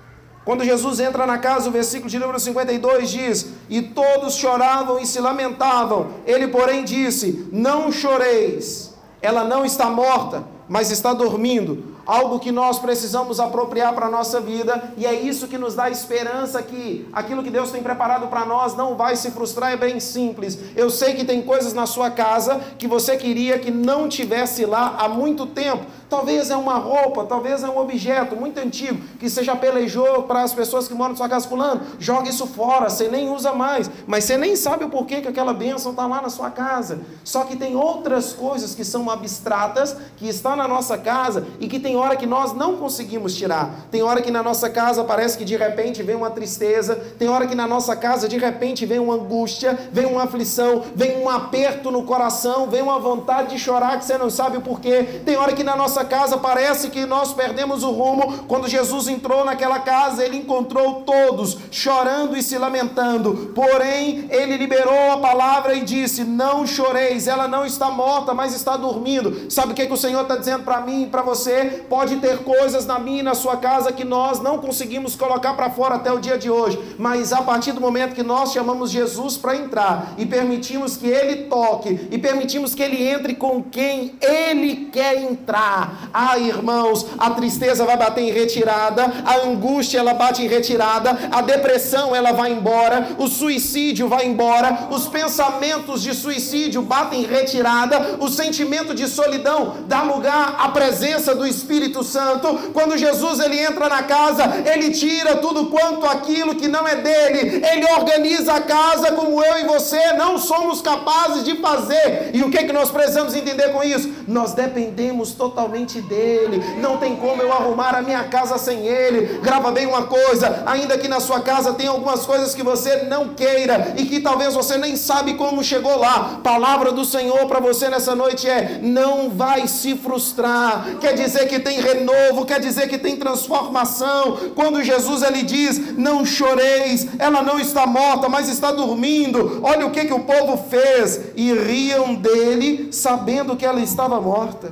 Quando Jesus entra na casa, o versículo de número cinquenta e dois diz: e todos choravam e se lamentavam. Ele, porém, disse: não choreis, ela não está morta, mas está dormindo. Algo que nós precisamos apropriar para a nossa vida, e é isso que nos dá esperança que aquilo que Deus tem preparado para nós não vai se frustrar. É bem simples. Eu sei que tem coisas na sua casa que você queria que não tivesse lá há muito tempo. Talvez é uma roupa, talvez é um objeto muito antigo, que você já pelejou para as pessoas que moram na sua casa. Fulano, joga isso fora, você nem usa mais, mas você nem sabe o porquê que aquela bênção está lá na sua casa. Só que tem outras coisas que são abstratas, que estão na nossa casa, e que tem hora que nós não conseguimos tirar. Tem hora que na nossa casa parece que de repente vem uma tristeza, tem hora que na nossa casa de repente vem uma angústia, vem uma aflição, vem um aperto no coração, vem uma vontade de chorar que você não sabe o porquê. Tem hora que na nossa casa parece que nós perdemos o rumo. Quando Jesus entrou naquela casa, ele encontrou todos chorando e se lamentando, porém ele liberou a palavra e disse: não choreis, ela não está morta, mas está dormindo. Sabe o que, que o Senhor está dizendo para mim e para você? Pode ter coisas na minha e na sua casa que nós não conseguimos colocar para fora até o dia de hoje, mas a partir do momento que nós chamamos Jesus para entrar e permitimos que ele toque e permitimos que ele entre com quem ele quer entrar, ah, irmãos, a tristeza vai bater em retirada, a angústia ela bate em retirada, a depressão ela vai embora, o suicídio vai embora, os pensamentos de suicídio batem em retirada, o sentimento de solidão dá lugar à presença do Espírito Santo. Quando Jesus ele entra na casa, ele tira tudo quanto aquilo que não é dele, ele organiza a casa como eu e você não somos capazes de fazer. E o que, que nós precisamos entender com isso? Nós dependemos totalmente dele, não tem como eu arrumar a minha casa sem ele. Grava bem uma coisa: ainda que na sua casa tem algumas coisas que você não queira e que talvez você nem sabe como chegou lá, palavra do Senhor para você nessa noite é: não vai se frustrar. Quer dizer que tem renovo, quer dizer que tem transformação. Quando Jesus ele diz: não choreis, ela não está morta, mas está dormindo. Olha o que, que o povo fez: e riam dele, sabendo que ela estava morta.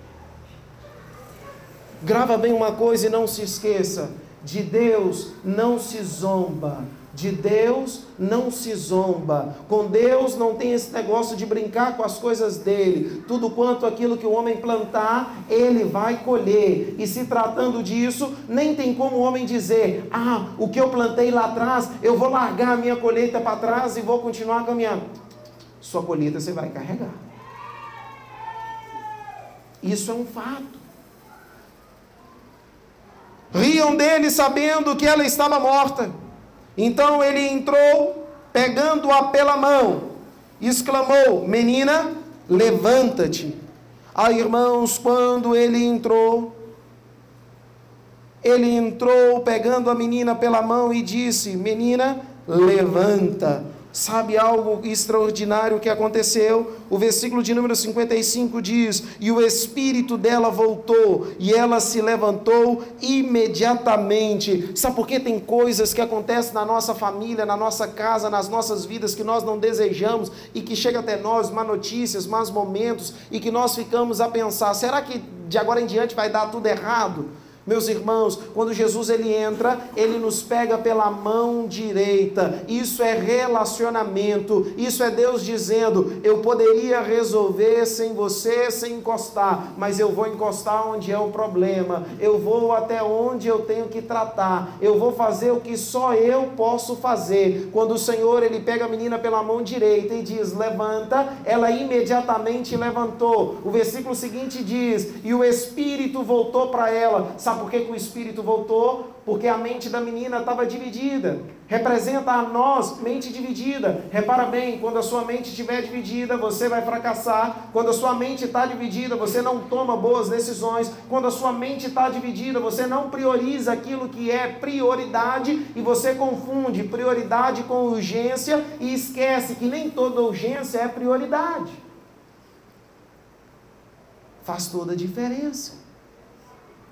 Grava bem uma coisa e não se esqueça: de Deus não se zomba. De Deus não se zomba. Com Deus não tem esse negócio de brincar com as coisas dele. Tudo quanto aquilo que o homem plantar, ele vai colher. E se tratando disso, nem tem como o homem dizer: ah, o que eu plantei lá atrás, eu vou largar a minha colheita para trás e vou continuar caminhando. Sua colheita você vai carregar. Isso é um fato. Riam dele sabendo que ela estava morta. Então ele entrou, pegando-a pela mão, exclamou: menina, levanta-te. Ah, irmãos, quando ele entrou, ele entrou pegando a menina pela mão e disse: menina, levanta. Sabe algo extraordinário que aconteceu? O versículo de número cinquenta e cinco diz: e o espírito dela voltou, e ela se levantou imediatamente. Sabe por que tem coisas que acontecem na nossa família, na nossa casa, nas nossas vidas, que nós não desejamos, e que chega até nós, má notícias, más momentos, e que nós ficamos a pensar: será que de agora em diante vai dar tudo errado? Meus irmãos, quando Jesus ele entra, ele nos pega pela mão direita. Isso é relacionamento. Isso é Deus dizendo: eu poderia resolver sem você, sem encostar, mas eu vou encostar onde é o problema. Eu vou até onde eu tenho que tratar. Eu vou fazer o que só eu posso fazer. Quando o Senhor ele pega a menina pela mão direita e diz: levanta, ela imediatamente levantou. O versículo seguinte diz: e o Espírito voltou para ela. Sabe por que, que o Espírito voltou? Porque a mente da menina estava dividida. Representa a nós, mente dividida. Repara bem, quando a sua mente estiver dividida, você vai fracassar. Quando a sua mente está dividida, você não toma boas decisões. Quando a sua mente está dividida, você não prioriza aquilo que é prioridade, e você confunde prioridade com urgência e esquece que nem toda urgência é prioridade. Faz toda a diferença.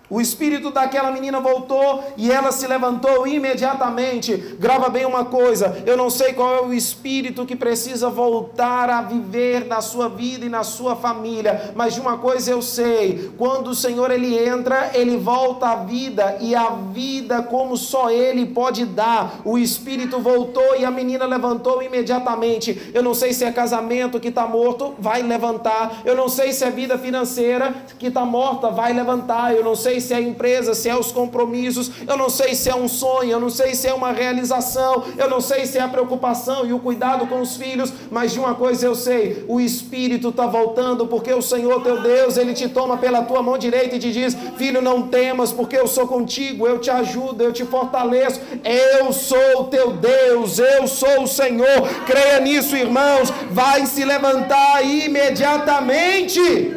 O espírito daquela menina voltou e ela se levantou imediatamente. Grava bem uma coisa, eu não sei qual é o espírito que precisa voltar a viver na sua vida e na sua família, mas de uma coisa eu sei, quando o Senhor ele entra, ele volta à vida, e a vida como só ele pode dar. O espírito voltou e a menina levantou imediatamente. Eu não sei se é casamento que está morto, vai levantar. Eu não sei se é vida financeira que está morta, vai levantar. Eu não sei se é a empresa, se é os compromissos, eu não sei se é um sonho, eu não sei se é uma realização, eu não sei se é a preocupação e o cuidado com os filhos, mas de uma coisa eu sei, o Espírito está voltando, porque o Senhor teu Deus, Ele te toma pela tua mão direita e te diz: filho, não temas, porque eu sou contigo, eu te ajudo, eu te fortaleço, eu sou o teu Deus, eu sou o Senhor. Creia nisso, irmãos, vai se levantar imediatamente.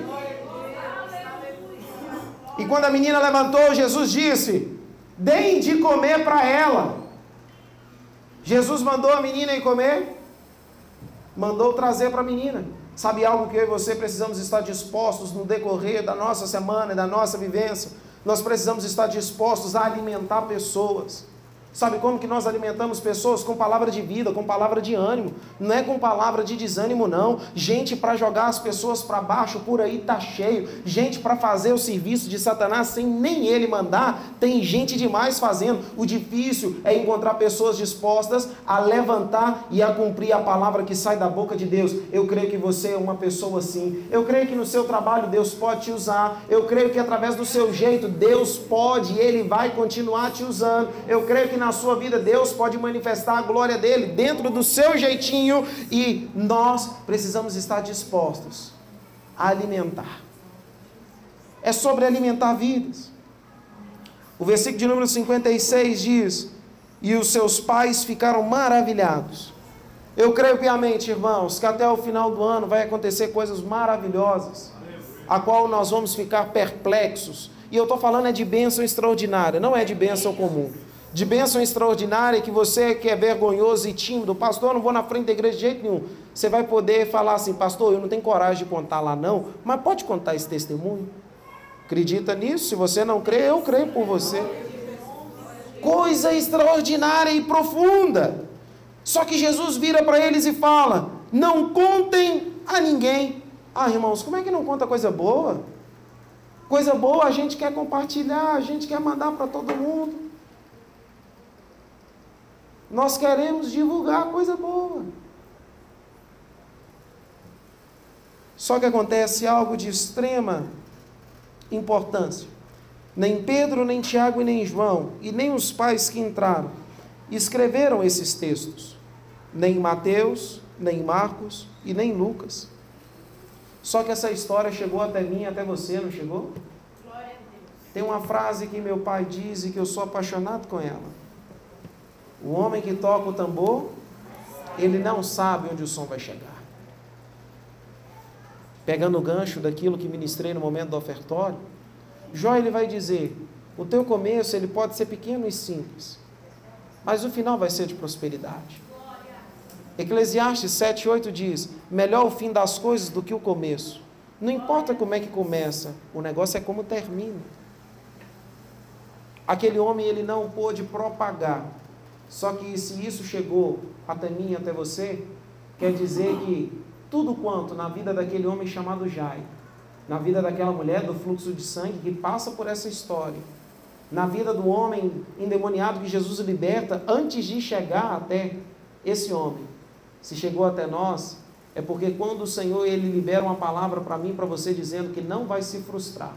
E quando a menina levantou, Jesus disse: deem de comer para ela. Jesus mandou a menina ir comer? Mandou trazer para a menina. Sabe algo que eu e você precisamos estar dispostos no decorrer da nossa semana e da nossa vivência? Nós precisamos estar dispostos a alimentar pessoas. Sabe como que nós alimentamos pessoas? Com palavra de vida, com palavra de ânimo. Não é com palavra de desânimo, não. Gente para jogar as pessoas para baixo, por aí tá cheio. Gente para fazer o serviço de Satanás sem nem ele mandar. Tem gente demais fazendo. O difícil é encontrar pessoas dispostas a levantar e a cumprir a palavra que sai da boca de Deus. Eu creio que você é uma pessoa assim. Eu creio que no seu trabalho Deus pode te usar. Eu creio que através do seu jeito Deus pode e Ele vai continuar te usando. Eu creio que na sua vida Deus pode manifestar a glória dele dentro do seu jeitinho, e nós precisamos estar dispostos a alimentar. É sobre alimentar vidas. O versículo de número cinquenta e seis diz: e os seus pais ficaram maravilhados. Eu creio piamente, irmãos, que até o final do ano vai acontecer coisas maravilhosas, a qual nós vamos ficar perplexos. E eu estou falando é de bênção extraordinária, não é de bênção comum. De bênção extraordinária que você que é vergonhoso e tímido: pastor, eu não vou na frente da igreja de jeito nenhum. Você vai poder falar assim: pastor, eu não tenho coragem de contar lá não, mas pode contar esse testemunho? Acredita nisso? Se você não crê, eu creio por você. Coisa extraordinária e profunda. Só que Jesus vira para eles e fala: não contem a ninguém. Ah, irmãos, como é que não conta coisa boa? Coisa boa a gente quer compartilhar, a gente quer mandar para todo mundo. Nós queremos divulgar coisa boa. Só que acontece algo de extrema importância. Nem Pedro, nem Tiago e nem João, e nem os pais que entraram, escreveram esses textos. Nem Mateus, nem Marcos e nem Lucas. Só que essa história chegou até mim e até você, não chegou? Glória a Deus. Tem uma frase que meu pai diz e que eu sou apaixonado com ela. O homem que toca o tambor, ele não sabe onde o som vai chegar. Pegando o gancho daquilo que ministrei no momento do ofertório, Jó ele vai dizer: o teu começo ele pode ser pequeno e simples, mas o final vai ser de prosperidade. Eclesiastes sete, oito diz: melhor o fim das coisas do que o começo. Não importa como é que começa, o negócio é como termina. Aquele homem ele não pôde propagar. Só que se isso chegou até mim e até você, quer dizer que tudo quanto na vida daquele homem chamado Jairo, na vida daquela mulher do fluxo de sangue que passa por essa história, na vida do homem endemoniado que Jesus liberta, antes de chegar até esse homem, se chegou até nós, é porque quando o Senhor ele libera uma palavra para mim, para você, dizendo que não vai se frustrar,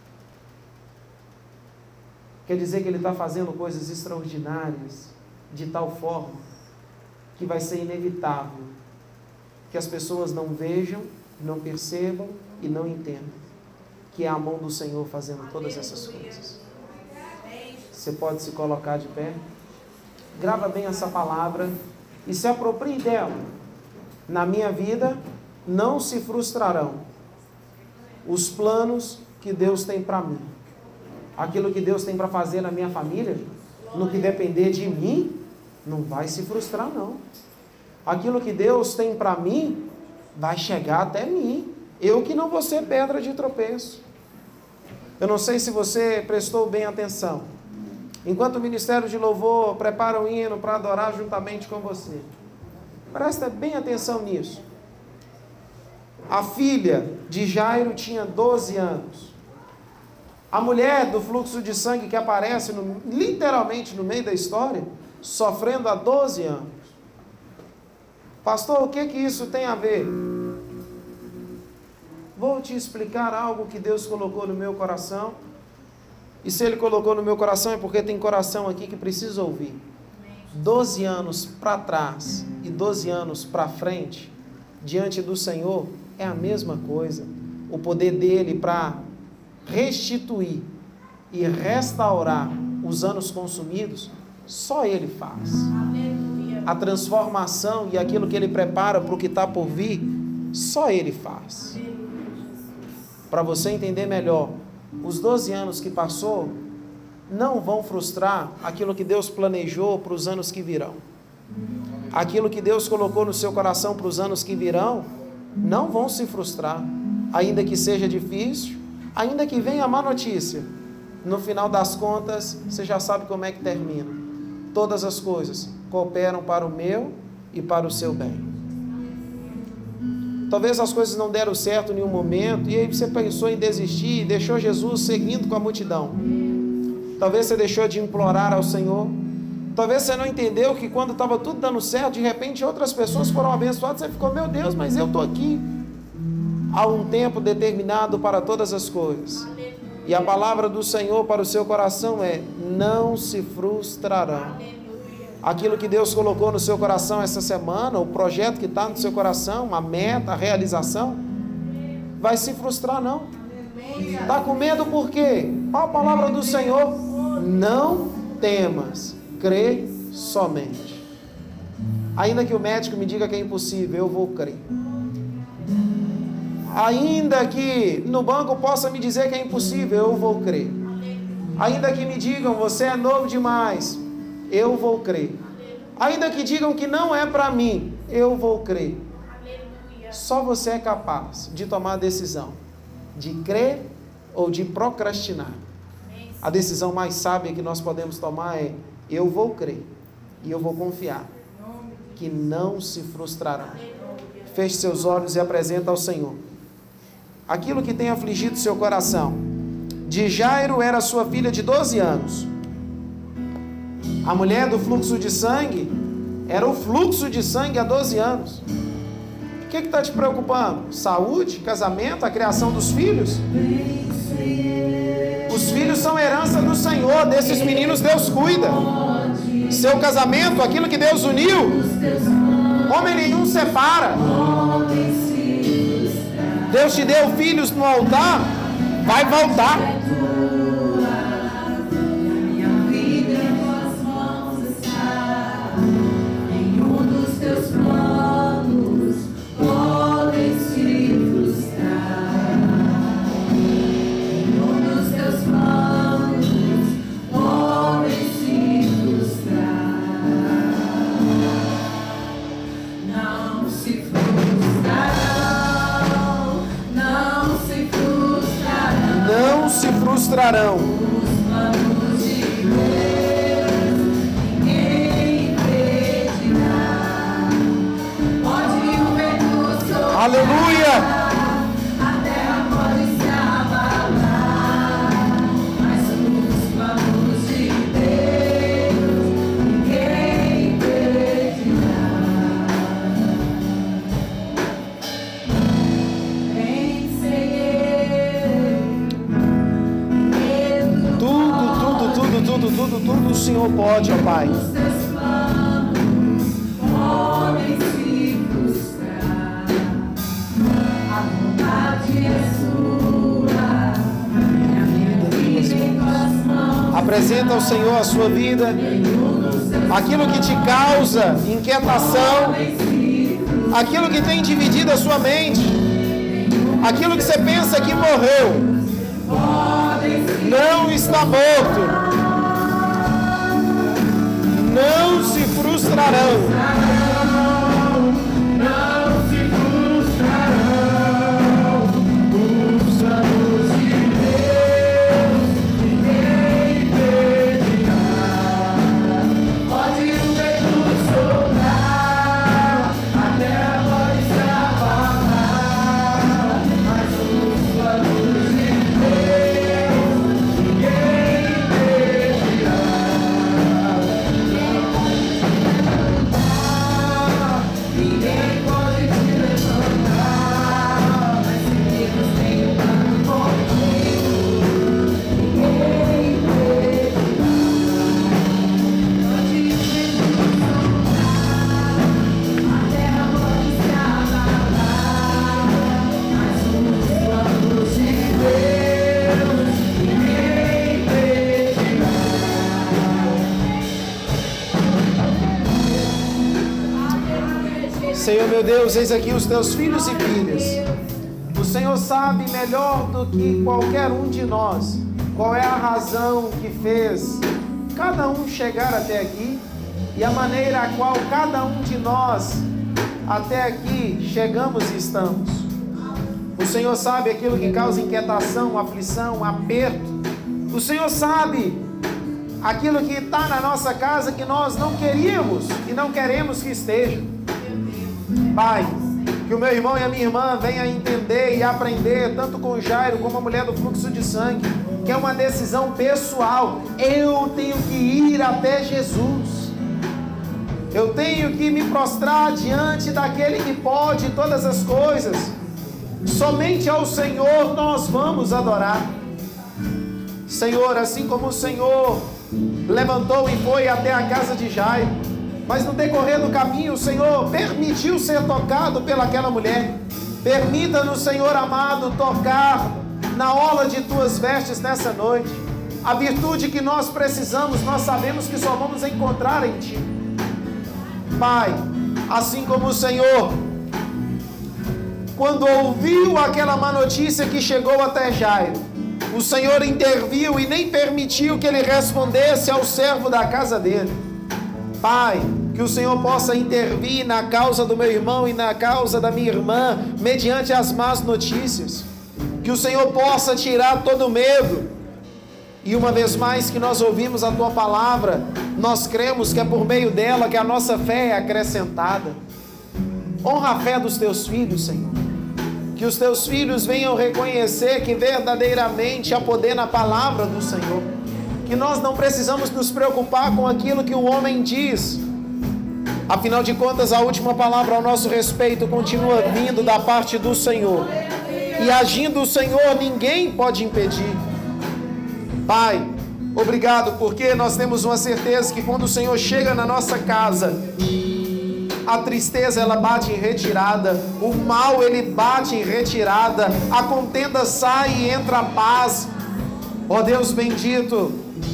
quer dizer que Ele está fazendo coisas extraordinárias, de tal forma que vai ser inevitável que as pessoas não vejam, não percebam e não entendam que é a mão do Senhor fazendo todas essas coisas. Você pode se colocar de pé? Grava bem essa palavra e se aproprie dela. Na minha vida não se frustrarão os planos que Deus tem para mim. Aquilo que Deus tem para fazer na minha família, no que depender de mim, não vai se frustrar não. Aquilo que Deus tem para mim, vai chegar até mim. Eu que não vou ser pedra de tropeço. Eu não sei se você prestou bem atenção. Enquanto o Ministério de Louvor prepara o hino para adorar juntamente com você, presta bem atenção nisso. A filha de Jairo tinha doze anos. A mulher do fluxo de sangue que aparece no, literalmente no meio da história, sofrendo há doze anos. Pastor, o que que isso tem a ver? Vou te explicar algo que Deus colocou no meu coração. E se Ele colocou no meu coração é porque tem coração aqui que precisa ouvir. doze anos para trás e doze anos para frente, diante do Senhor, é a mesma coisa. O poder dele para restituir e restaurar os anos consumidos, só Ele faz. Aleluia. A transformação e aquilo que Ele prepara para o que está por vir, só Ele faz. Para você entender melhor, os doze anos que passou não vão frustrar aquilo que Deus planejou para os anos que virão. Aquilo que Deus colocou no seu coração para os anos que virão, não vão se frustrar, ainda que seja difícil, ainda que venha a má notícia. No final das contas, você já sabe como é que termina. Todas as coisas cooperam para o meu e para o seu bem. Talvez as coisas não deram certo em nenhum momento, e aí você pensou em desistir, deixou Jesus seguindo com a multidão. Talvez você deixou de implorar ao Senhor. Talvez você não entendeu que quando estava tudo dando certo, de repente outras pessoas foram abençoadas, você ficou, meu Deus, mas eu estou aqui. Há um tempo determinado para todas as coisas. E a palavra do Senhor para o seu coração é, não se frustrarão. Aquilo que Deus colocou no seu coração essa semana, o projeto que está no seu coração, a meta, a realização, vai se frustrar não. Está com medo por quê? Qual a palavra do Senhor? Não temas, crê somente. Ainda que o médico me diga que é impossível, eu vou crer. Ainda que no banco possa me dizer que é impossível, eu vou crer. Ainda que me digam, você é novo demais, eu vou crer. Ainda que digam que não é para mim, eu vou crer. Só você é capaz de tomar a decisão de crer ou de procrastinar. A decisão mais sábia que nós podemos tomar é, eu vou crer e eu vou confiar que não se frustrarão. Feche seus olhos e apresenta ao Senhor aquilo que tem afligido seu coração. De Jairo era sua filha de doze anos. A mulher do fluxo de sangue era o fluxo de sangue há doze anos. O que está te preocupando? Saúde, casamento, a criação dos filhos? Os filhos são herança do Senhor, desses meninos Deus cuida. Seu casamento, aquilo que Deus uniu, homem nenhum separa. Deus te deu filhos no altar, vai voltar. Frustrarão. Os planos de Deus, ninguém impedirá. Pode o vento soprar. Aleluia! A terra pode se abalar, mas os planos de Deus, ninguém impedirá. Tudo, tudo, tudo o Senhor pode, ó Pai. Os teus planos podem se frustrar. A vontade é sua. A minha vida em tuas mãos. Apresenta ao Senhor a sua vida. Aquilo que te causa inquietação. Aquilo que tem dividido a sua mente. Aquilo que você pensa que morreu. Não está morto. Não se frustrarão. Não se frustrarão. Os planos de Deus, meu Deus, eis aqui os teus filhos e filhas. O Senhor sabe melhor do que qualquer um de nós qual é a razão que fez cada um chegar até aqui e a maneira a qual cada um de nós até aqui chegamos e estamos. O Senhor sabe aquilo que causa inquietação, aflição, aperto. O Senhor sabe aquilo que está na nossa casa que nós não queríamos e não queremos que esteja. Pai, que o meu irmão e a minha irmã venham entender e aprender, tanto com Jairo como a mulher do fluxo de sangue, que é uma decisão pessoal. Eu tenho que ir até Jesus. Eu tenho que me prostrar diante daquele que pode todas as coisas. Somente ao Senhor nós vamos adorar. Senhor, assim como o Senhor levantou e foi até a casa de Jairo, mas no decorrer do caminho o Senhor permitiu ser tocado pelaquela mulher. Permita-nos, Senhor amado, tocar na orla de tuas vestes nessa noite. A virtude que nós precisamos, nós sabemos que só vamos encontrar em Ti. Pai, assim como o Senhor, quando ouviu aquela má notícia que chegou até Jairo, o Senhor interviu e nem permitiu que ele respondesse ao servo da casa dele. Pai, que o Senhor possa intervir na causa do meu irmão e na causa da minha irmã, mediante as más notícias. Que o Senhor possa tirar todo o medo. E uma vez mais que nós ouvimos a Tua palavra, nós cremos que é por meio dela que a nossa fé é acrescentada. Honra a fé dos Teus filhos, Senhor. Que os Teus filhos venham reconhecer que verdadeiramente há poder na palavra do Senhor. Que nós não precisamos nos preocupar com aquilo que o homem diz. Afinal de contas, a última palavra ao nosso respeito continua vindo da parte do Senhor. E agindo o Senhor, ninguém pode impedir. Pai, obrigado, porque nós temos uma certeza que quando o Senhor chega na nossa casa, a tristeza ela bate em retirada, o mal ele bate em retirada, a contenda sai e entra a paz. Ó Deus bendito,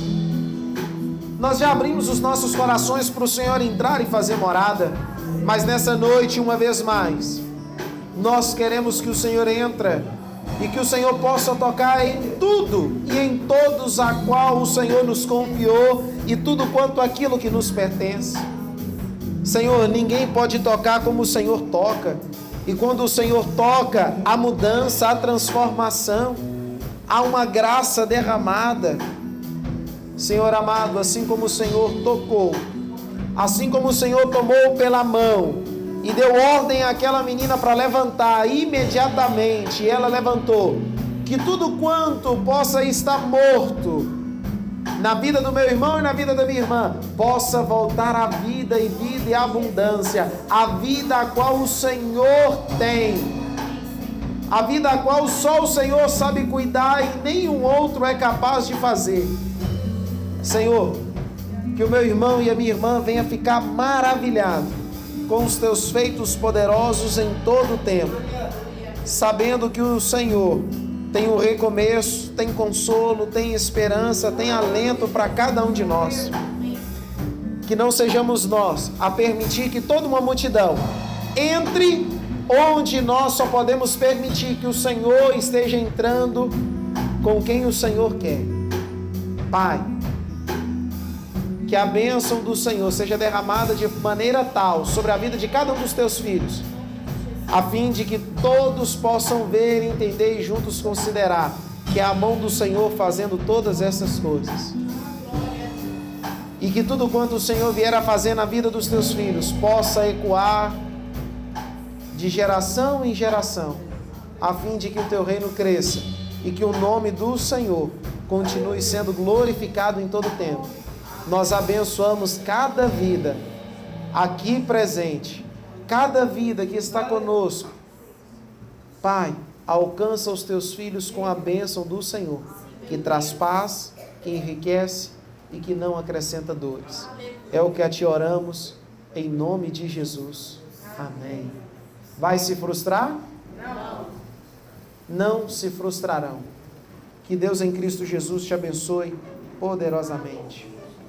nós já abrimos os nossos corações para o Senhor entrar e fazer morada, mas nessa noite, uma vez mais, nós queremos que o Senhor entre e que o Senhor possa tocar em tudo e em todos a qual o Senhor nos confiou e tudo quanto aquilo que nos pertence. Senhor, ninguém pode tocar como o Senhor toca, e quando o Senhor toca, há mudança, há transformação, há uma graça derramada. Senhor amado, assim como o Senhor tocou, assim como o Senhor tomou pela mão e deu ordem àquela menina para levantar imediatamente, e ela levantou, que tudo quanto possa estar morto na vida do meu irmão e na vida da minha irmã, possa voltar à vida e vida e abundância, a vida a qual o Senhor tem, a vida a qual só o Senhor sabe cuidar e nenhum outro é capaz de fazer. Senhor, que o meu irmão e a minha irmã venha ficar maravilhado com os teus feitos poderosos em todo o tempo, sabendo que o Senhor tem um recomeço, tem consolo, tem esperança, tem alento para cada um de nós. Que não sejamos nós a permitir que toda uma multidão entre onde nós só podemos permitir que o Senhor esteja entrando com quem o Senhor quer. Pai, que a bênção do Senhor seja derramada de maneira tal sobre a vida de cada um dos teus filhos, a fim de que todos possam ver, entender e juntos considerar que é a mão do Senhor fazendo todas essas coisas. E que tudo quanto o Senhor vier a fazer na vida dos teus filhos possa ecoar de geração em geração, a fim de que o teu reino cresça e que o nome do Senhor continue sendo glorificado em todo o tempo. Nós abençoamos cada vida aqui presente, cada vida que está conosco. Pai, alcança os teus filhos com a bênção do Senhor, que traz paz, que enriquece e que não acrescenta dores. É o que a ti oramos, em nome de Jesus. Amém. Vai se frustrar? Não. Não se frustrarão. Que Deus em Cristo Jesus te abençoe poderosamente.